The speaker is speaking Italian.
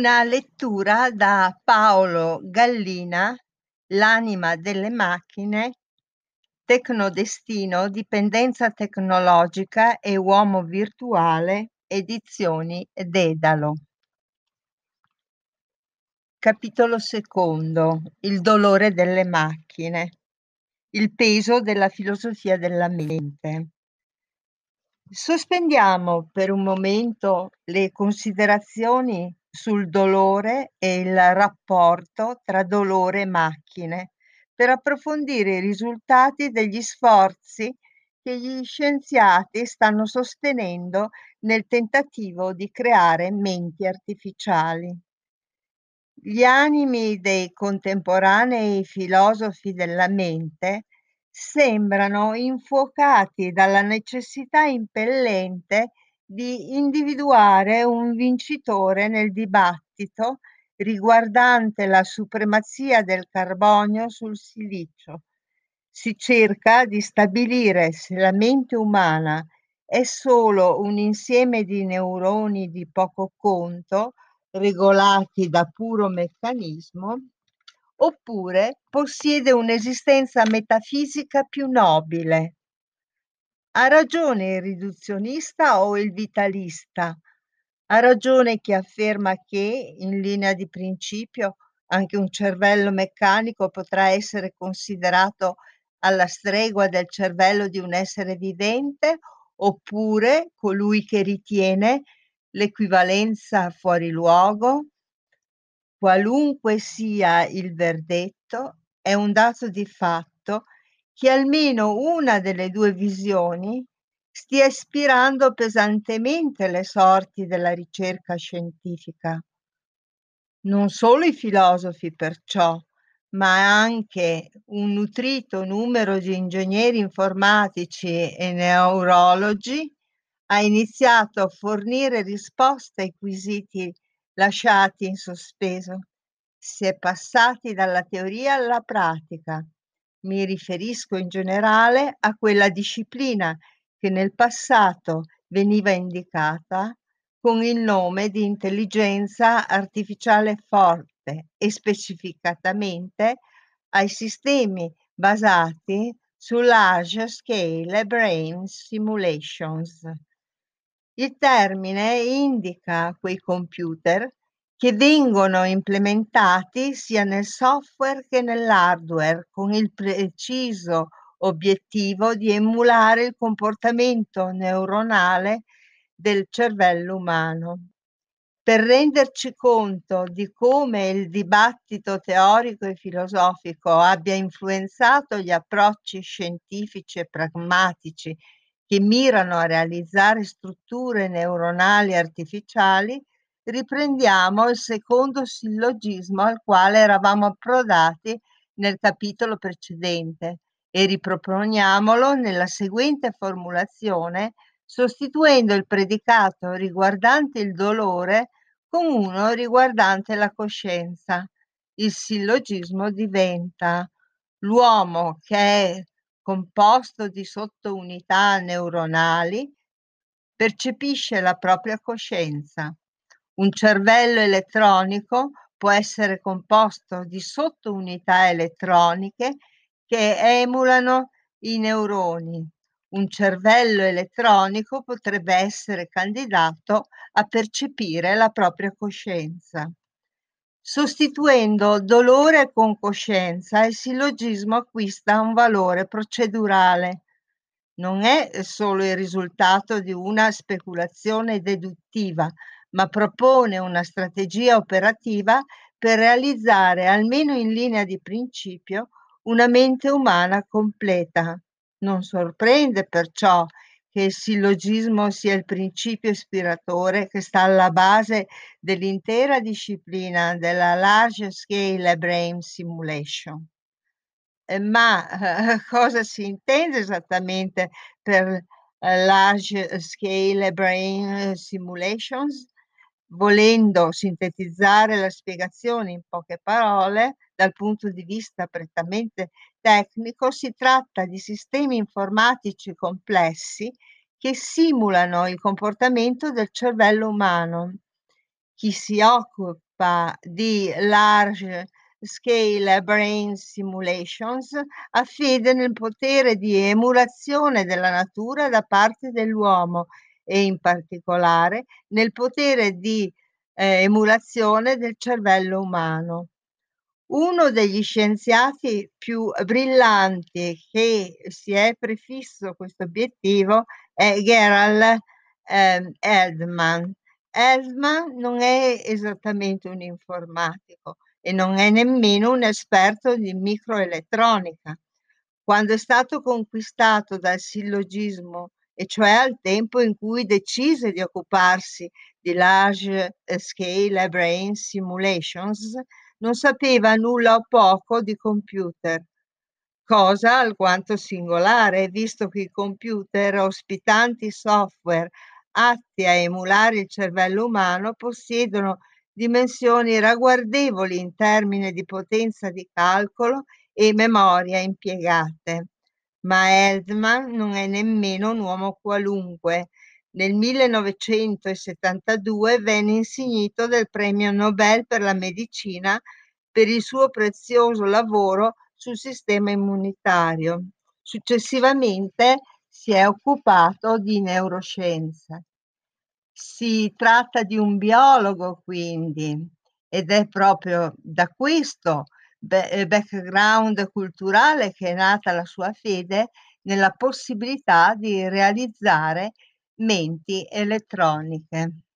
Una lettura da Paolo Gallina, L'anima delle macchine, Tecnodestino, dipendenza tecnologica e uomo virtuale, edizioni Dedalo. Capitolo secondo. Il dolore delle macchine. Il peso della filosofia della mente. Sospendiamo per un momento le considerazioni sul dolore e il rapporto tra dolore e macchine per approfondire i risultati degli sforzi che gli scienziati stanno sostenendo nel tentativo di creare menti artificiali. Gli animi dei contemporanei filosofi della mente sembrano infuocati dalla necessità impellente di individuare un vincitore nel dibattito riguardante la supremazia del carbonio sul silicio. Si cerca di stabilire se la mente umana è solo un insieme di neuroni di poco conto regolati da puro meccanismo, oppure possiede un'esistenza metafisica più nobile. Ha ragione il riduzionista o il vitalista? Ha ragione chi afferma che, in linea di principio, anche un cervello meccanico potrà essere considerato alla stregua del cervello di un essere vivente, oppure colui che ritiene l'equivalenza fuori luogo? Qualunque sia il verdetto, è un dato di fatto che almeno una delle due visioni stia ispirando pesantemente le sorti della ricerca scientifica. Non solo i filosofi perciò, ma anche un nutrito numero di ingegneri informatici e neurologi ha iniziato a fornire risposte ai quesiti lasciati in sospeso. Si è passati dalla teoria alla pratica. Mi riferisco in generale a quella disciplina che nel passato veniva indicata con il nome di intelligenza artificiale forte e specificatamente ai sistemi basati su Large Scale Brain Simulations. Il termine indica quei computer che vengono implementati sia nel software che nell'hardware con il preciso obiettivo di emulare il comportamento neuronale del cervello umano. Per renderci conto di come il dibattito teorico e filosofico abbia influenzato gli approcci scientifici e pragmatici che mirano a realizzare strutture neuronali artificiali, riprendiamo il secondo sillogismo al quale eravamo approdati nel capitolo precedente e riproponiamolo nella seguente formulazione, sostituendo il predicato riguardante il dolore con uno riguardante la coscienza. Il sillogismo diventa: l'uomo, che è composto di sottounità neuronali, percepisce la propria coscienza. Un cervello elettronico può essere composto di sottounità elettroniche che emulano i neuroni. Un cervello elettronico potrebbe essere candidato a percepire la propria coscienza. Sostituendo dolore con coscienza, il sillogismo acquista un valore procedurale. Non è solo il risultato di una speculazione deduttiva, ma propone una strategia operativa per realizzare, almeno in linea di principio, una mente umana completa. Non sorprende perciò che il sillogismo sia il principio ispiratore che sta alla base dell'intera disciplina della Large Scale Brain Simulation. Ma cosa si intende esattamente per Large Scale Brain Simulations? Volendo sintetizzare la spiegazione in poche parole, dal punto di vista prettamente tecnico, si tratta di sistemi informatici complessi che simulano il comportamento del cervello umano. Chi si occupa sviluppa di Large Scale Brain Simulations affida nel potere di emulazione della natura da parte dell'uomo e in particolare nel potere di emulazione del cervello umano. Uno degli scienziati più brillanti che si è prefisso questo obiettivo è Gerald Eldman. Eldman non è esattamente un informatico e non è nemmeno un esperto di microelettronica. Quando è stato conquistato dal sillogismo, e cioè al tempo in cui decise di occuparsi di Large Scale Brain Simulations, non sapeva nulla o poco di computer, cosa alquanto singolare, visto che i computer ospitanti software atti a emulare il cervello umano possiedono dimensioni ragguardevoli in termini di potenza di calcolo e memoria impiegate. Ma Erdmann non è nemmeno un uomo qualunque. Nel 1972 venne insignito del premio Nobel per la medicina per il suo prezioso lavoro sul sistema immunitario. Successivamente si è occupato di neuroscienza. Si tratta di un biologo quindi, ed è proprio da questo background culturale che è nata la sua fede nella possibilità di realizzare menti elettroniche.